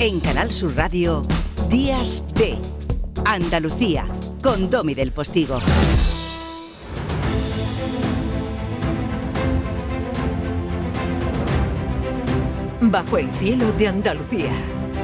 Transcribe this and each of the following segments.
En Canal Sur Radio, Días de Andalucía, con Domi del Postigo. Bajo el cielo de Andalucía.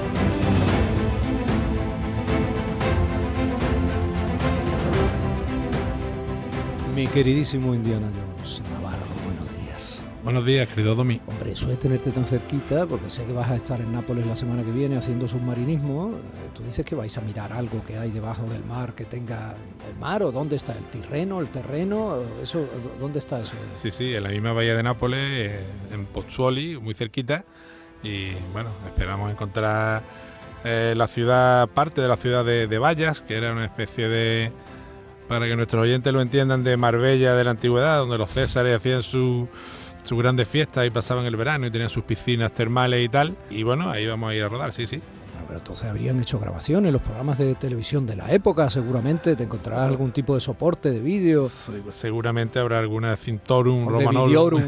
Mi queridísimo Indiana Jones Navarro, buenos días. Buenos días, querido Domi. Hombre, eso de tenerte tan cerquita, porque sé que vas a estar en Nápoles la semana que viene haciendo submarinismo. Tú dices que vais a mirar algo que hay debajo del mar, que tenga el mar, o dónde está el terreno, eso, ¿dónde está eso? Sí, en la misma bahía de Nápoles, en Pozzuoli, muy cerquita. Y bueno, esperamos encontrar la ciudad, parte de la ciudad de Bayas, que era una especie de, para que nuestros oyentes lo entiendan, de Marbella de la antigüedad, donde los césares hacían sus grandes fiestas y pasaban el verano y tenían sus piscinas termales y tal. Y bueno, ahí vamos a ir a rodar, sí. Pero entonces habrían hecho grabaciones, los programas de televisión de la época, seguramente te encontrarás algún tipo de soporte de vídeo. Seguramente habrá alguna Cintorum, Romanolo.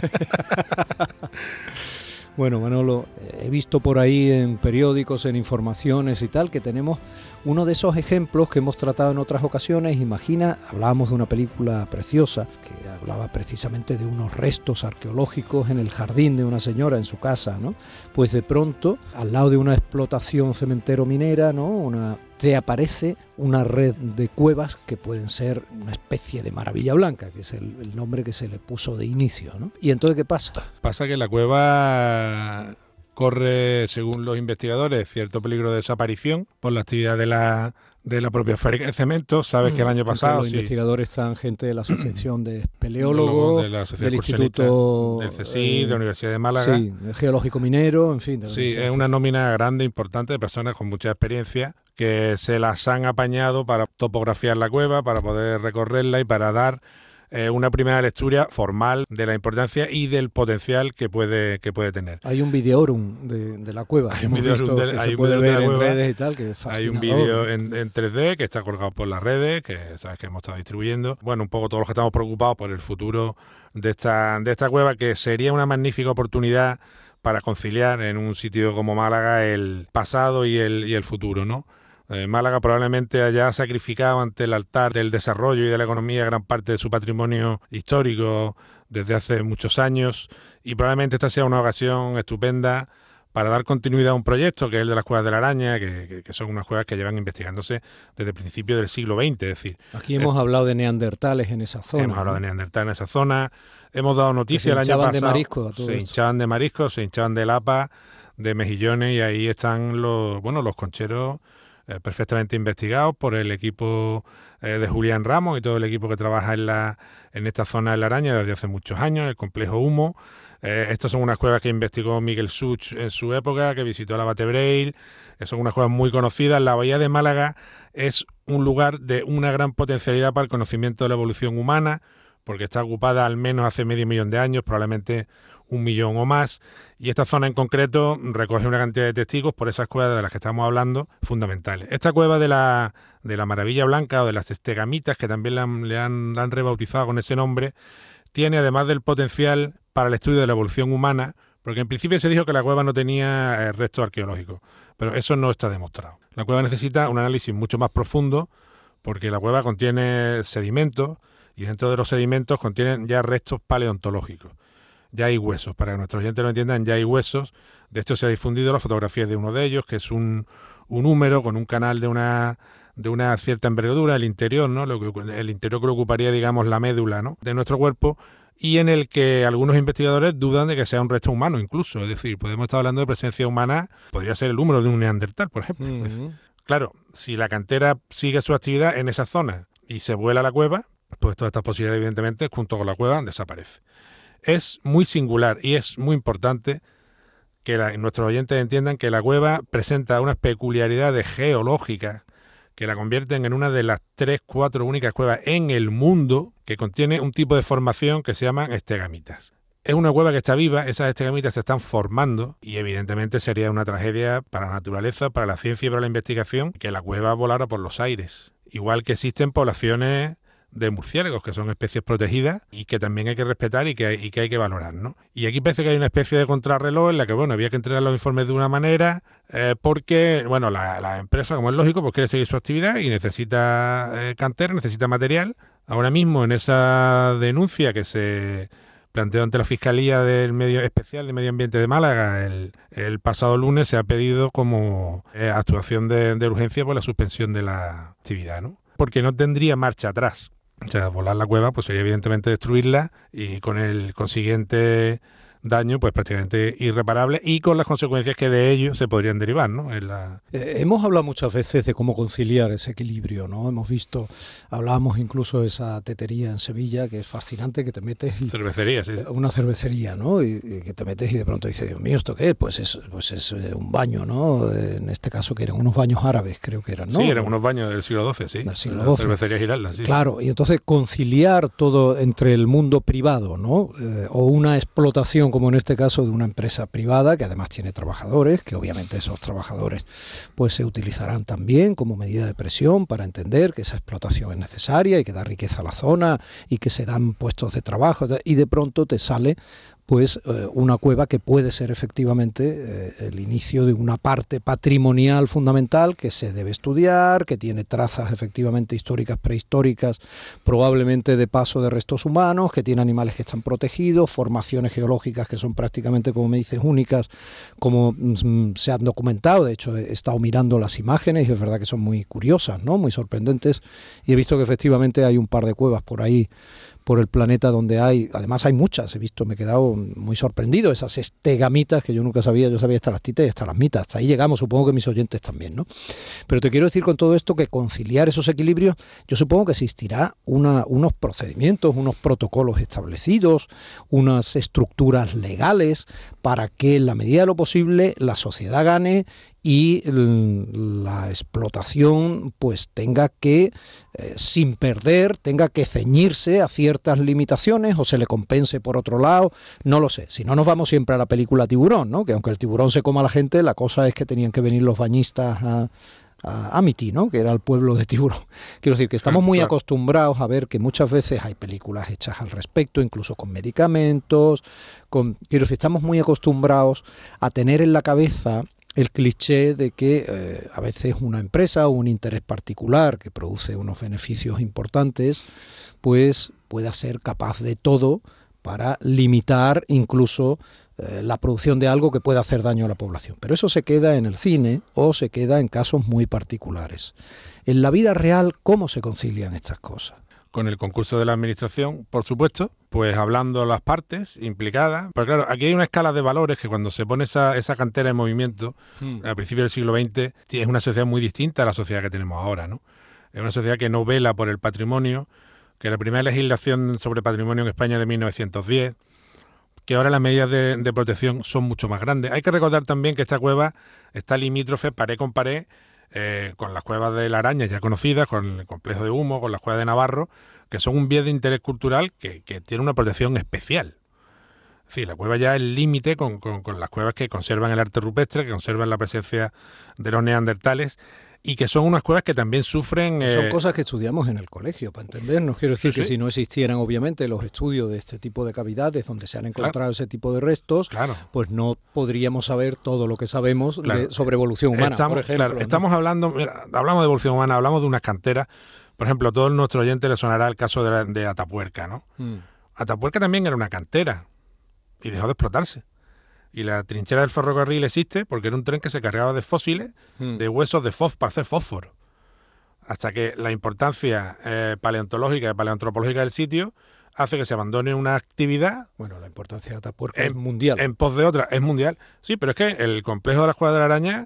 Bueno, Manolo, he visto por ahí en periódicos, en informaciones y tal, que tenemos uno de esos ejemplos que hemos tratado en otras ocasiones. Imagina, hablábamos de una película preciosa que hablaba precisamente de unos restos arqueológicos en el jardín de una señora en su casa, ¿no? Pues de pronto, al lado de una explotación cementero-minera, ¿no? Te aparece una red de cuevas que pueden ser una especie de Maravilla Blanca, que es el nombre que se le puso de inicio, ¿no? ¿Y entonces qué pasa? Pasa que la cueva corre, según los investigadores, cierto peligro de desaparición por la actividad de la propia fábrica de cemento. Sabes que el año pasado... Entre los investigadores están gente de la Asociación de Espeleólogos, del Instituto... del CSIC, de la Universidad de Málaga. Sí, del Geológico Minero, en fin. Sí, es una nómina grande, importante, de personas con mucha experiencia que se las han apañado para topografiar la cueva, para poder recorrerla y para dar una primera lectura formal de la importancia y del potencial que puede tener. Hay un videorum de la cueva. Hay un videorum que se puede ver en redes y tal, que es fascinador. Hay un vídeo en 3D que está colgado por las redes, que sabes que hemos estado distribuyendo. Bueno, un poco todos los que estamos preocupados por el futuro de esta cueva, que sería una magnífica oportunidad para conciliar en un sitio como Málaga el pasado y el futuro, ¿no? Málaga probablemente haya sacrificado ante el altar del desarrollo y de la economía gran parte de su patrimonio histórico desde hace muchos años, y probablemente esta sea una ocasión estupenda para dar continuidad a un proyecto que es el de las cuevas de la Araña, que son unas cuevas que llevan investigándose desde el principio del siglo XX. Es decir, aquí hemos hablado de neandertales en esa zona. Hemos hablado de neandertales en esa zona. Hemos dado noticias el año pasado. Se hinchaban de marisco a todo Se esto. hinchaban de mariscos, se hinchaban de lapa, de mejillones, y ahí están los concheros perfectamente investigados por el equipo de Julián Ramos y todo el equipo que trabaja en esta zona de la Araña desde hace muchos años, el complejo Humo. Estas son unas cuevas que investigó Miguel Such en su época, que visitó la Batebreil. Son unas cuevas muy conocidas. La bahía de Málaga es un lugar de una gran potencialidad para el conocimiento de la evolución humana, porque está ocupada al menos hace 500.000 de años, probablemente 1.000.000 o más, y esta zona en concreto recoge una cantidad de testigos por esas cuevas de las que estamos hablando, fundamentales. Esta cueva de la Maravilla Blanca, o de las Estegamitas, que también la han rebautizado con ese nombre, tiene, además del potencial para el estudio de la evolución humana, porque en principio se dijo que la cueva no tenía restos arqueológicos, pero eso no está demostrado. La cueva necesita un análisis mucho más profundo, porque la cueva contiene sedimentos, y dentro de los sedimentos contienen ya restos paleontológicos. Ya hay huesos, para que nuestros oyentes lo entiendan, ya hay huesos. De hecho, se ha difundido la fotografía de uno de ellos, que es un húmero con un canal de una cierta envergadura, el interior, ¿no? El interior que ocuparía, digamos, la médula, ¿no?, de nuestro cuerpo, y en el que algunos investigadores dudan de que sea un resto humano incluso. Es decir, podemos estar hablando de presencia humana, podría ser el húmero de un neandertal, por ejemplo. Uh-huh. Claro, si la cantera sigue su actividad en esa zona y se vuela a la cueva, pues todas estas posibilidades, evidentemente, junto con la cueva, desaparecen. Es muy singular y es muy importante que nuestros oyentes entiendan que la cueva presenta unas peculiaridades geológicas que la convierten en una de las 3-4 únicas cuevas en el mundo que contiene un tipo de formación que se llaman estegamitas. Es una cueva que está viva, esas estegamitas se están formando, y evidentemente sería una tragedia para la naturaleza, para la ciencia y para la investigación que la cueva volara por los aires. Igual que existen poblaciones de murciélagos, que son especies protegidas y que también hay que respetar y que hay que valorar, ¿no? Y aquí parece que hay una especie de contrarreloj en la que, bueno, había que entregar los informes de una manera porque, bueno, la empresa, como es lógico, pues quiere seguir su actividad y necesita cantera, necesita material. Ahora mismo, en esa denuncia que se planteó ante la Fiscalía del Medio Especial de Medio Ambiente de Málaga el pasado lunes, se ha pedido como actuación de urgencia por la suspensión de la actividad, ¿no? Porque no tendría marcha atrás. O sea, volar la cueva pues sería evidentemente destruirla y con el consiguiente daño pues prácticamente irreparable y con las consecuencias que de ello se podrían derivar, ¿no? Hemos hablado muchas veces de cómo conciliar ese equilibrio, ¿no? Hablábamos incluso de esa tetería en Sevilla, que es fascinante, que te metes y... Cervecería, sí. Una cervecería, ¿no? Y que te metes y de pronto dices, Dios mío, ¿esto qué es? Pues es un baño, ¿no? En este caso que eran unos baños árabes, creo que eran, ¿no? Sí, eran unos baños del siglo XII, sí. Del siglo XII. Cervecería Giralda, sí. Claro, y entonces conciliar todo entre el mundo privado, ¿no? O una explotación, como en este caso, de una empresa privada que además tiene trabajadores, que obviamente esos trabajadores pues se utilizarán también como medida de presión para entender que esa explotación es necesaria y que da riqueza a la zona y que se dan puestos de trabajo, y de pronto te sale pues una cueva que puede ser efectivamente el inicio de una parte patrimonial fundamental que se debe estudiar, que tiene trazas efectivamente históricas, prehistóricas, probablemente de paso de restos humanos, que tiene animales que están protegidos, formaciones geológicas que son prácticamente, como me dices, únicas, como se han documentado. De hecho, he estado mirando las imágenes y es verdad que son muy curiosas, ¿no? Muy sorprendentes, y he visto que efectivamente hay un par de cuevas por ahí, por el planeta, donde además hay muchas, me he quedado muy sorprendido, esas estegamitas que yo nunca sabía, yo sabía estar las titas y hasta las mitas, hasta ahí llegamos, supongo que mis oyentes también, ¿no? Pero te quiero decir con todo esto que conciliar esos equilibrios, yo supongo que existirá unos procedimientos, unos protocolos establecidos, unas estructuras legales para que en la medida de lo posible la sociedad gane y la explotación pues tenga que, sin perder, tenga que ceñirse a ciertas limitaciones o se le compense por otro lado, no lo sé. Si no, nos vamos siempre a la película Tiburón, ¿no? Que aunque el tiburón se coma a la gente, la cosa es que tenían que venir los bañistas a Amity, ¿no? Que era el pueblo de Tiburón. Quiero decir que estamos muy acostumbrados a ver que muchas veces hay películas hechas al respecto, incluso con medicamentos, quiero decir, estamos muy acostumbrados a tener en la cabeza el cliché de que a veces una empresa o un interés particular que produce unos beneficios importantes, pues pueda ser capaz de todo para limitar incluso la producción de algo que pueda hacer daño a la población. Pero eso se queda en el cine o se queda en casos muy particulares. En la vida real, ¿cómo se concilian estas cosas? Con el concurso de la administración, por supuesto, pues hablando las partes implicadas. Pero claro, aquí hay una escala de valores que cuando se pone esa cantera en movimiento, a principios del siglo XX, es una sociedad muy distinta a la sociedad que tenemos ahora, ¿no? Es una sociedad que no vela por el patrimonio, que la primera legislación sobre patrimonio en España es de 1910, que ahora las medidas de protección son mucho más grandes. Hay que recordar también que esta cueva está limítrofe, pared con pared, con las cuevas de la Araña ya conocidas, con el complejo de Humo, con las cuevas de Navarro, que son un bien de interés cultural que tiene una protección especial. Es decir, la cueva ya es el límite con las cuevas que conservan el arte rupestre, que conservan la presencia de los neandertales, y que son unas cuevas que también sufren... Son cosas que estudiamos en el colegio, para entendernos. Quiero decir que si no existieran, obviamente, los estudios de este tipo de cavidades donde se han encontrado ese tipo de restos, pues no podríamos saber todo lo que sabemos sobre evolución humana, por ejemplo. Claro, estamos hablando, hablamos de evolución humana, hablamos de unas canteras. Por ejemplo, a todos nuestros oyentes les sonará el caso de Atapuerca, ¿no? Atapuerca también era una cantera y dejó de explotarse. Y la trinchera del ferrocarril existe porque era un tren que se cargaba de fósiles, de huesos de para hacer fósforo. Hasta que la importancia paleontológica y paleoantropológica del sitio hace que se abandone una actividad. Bueno, la importancia de Atapuerca es mundial. En pos de otra, es mundial. Sí, pero es que el complejo de la Cueva de la Araña,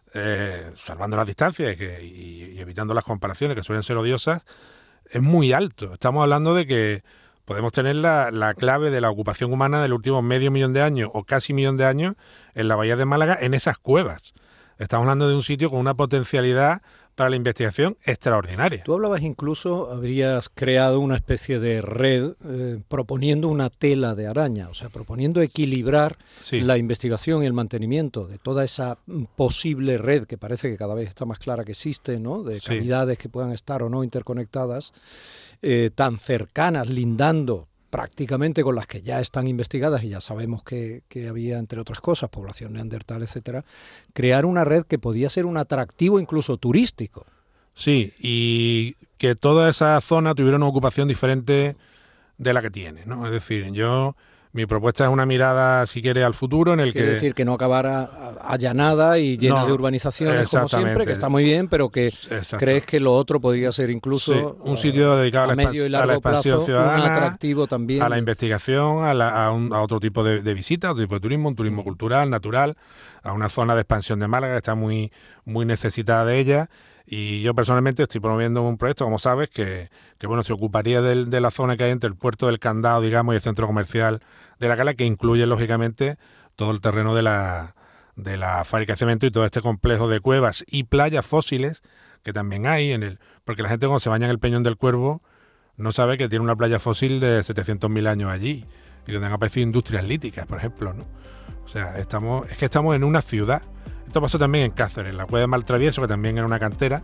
salvando las distancias y evitando las comparaciones que suelen ser odiosas, es muy alto. Estamos hablando de que podemos tener la clave de la ocupación humana del último medio millón de años o casi millón de años en la bahía de Málaga, en esas cuevas. Estamos hablando de un sitio con una potencialidad para la investigación extraordinaria. Tú hablabas incluso, habrías creado una especie de red proponiendo una tela de araña, o sea, proponiendo equilibrar la investigación y el mantenimiento de toda esa posible red que parece que cada vez está más clara que existe, ¿no? De cavidades que puedan estar o no interconectadas, tan cercanas, lindando prácticamente con las que ya están investigadas y ya sabemos que había, entre otras cosas, población neandertal, etcétera, crear una red que podía ser un atractivo incluso turístico. Sí, y que toda esa zona tuviera una ocupación diferente de la que tiene, ¿no? Es decir, mi propuesta es una mirada, si quiere, al futuro en el Quiere decir que no acabara allanada y llena de urbanizaciones como siempre, que está muy bien, pero que crees que lo otro podría ser incluso un sitio dedicado a medio y largo plazo, ciudadana, un atractivo también. A la investigación, a otro tipo de visita, otro tipo de turismo, un turismo cultural, natural, a una zona de expansión de Málaga que está muy, muy necesitada de ella. Y yo personalmente estoy promoviendo un proyecto, como sabes, que bueno, se ocuparía de la zona que hay entre el puerto del Candado, digamos, y el centro comercial de La Cala, que incluye, lógicamente, todo el terreno de la fábrica de cemento y todo este complejo de cuevas y playas fósiles que también hay, porque la gente cuando se baña en el Peñón del Cuervo no sabe que tiene una playa fósil de 700.000 años allí, y donde han aparecido industrias líticas, por ejemplo, ¿no? O sea, estamos en una ciudad. Esto pasó también en Cáceres, la cueva de Maltravieso, que también era una cantera,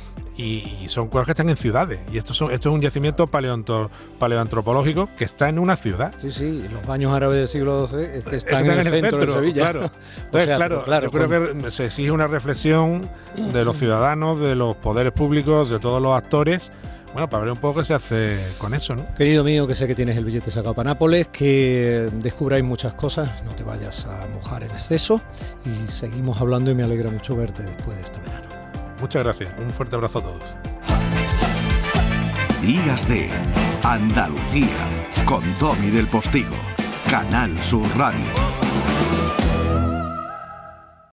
y son cuevas que están en ciudades. Y esto es un yacimiento paleoantropológico que está en una ciudad. Sí, los baños árabes del siglo XII es que están en el centro de Sevilla. Claro. Entonces, claro, yo creo que se exige una reflexión de los ciudadanos, de los poderes públicos, de todos los actores. Bueno, para ver un poco qué se hace con eso, ¿no? Querido mío, que sé que tienes el billete sacado para Nápoles, que descubráis muchas cosas, no te vayas a mojar en exceso y seguimos hablando y me alegra mucho verte después de este verano. Muchas gracias, un fuerte abrazo a todos. Días de Andalucía, con Domi del Postigo, Canal Sur Radio.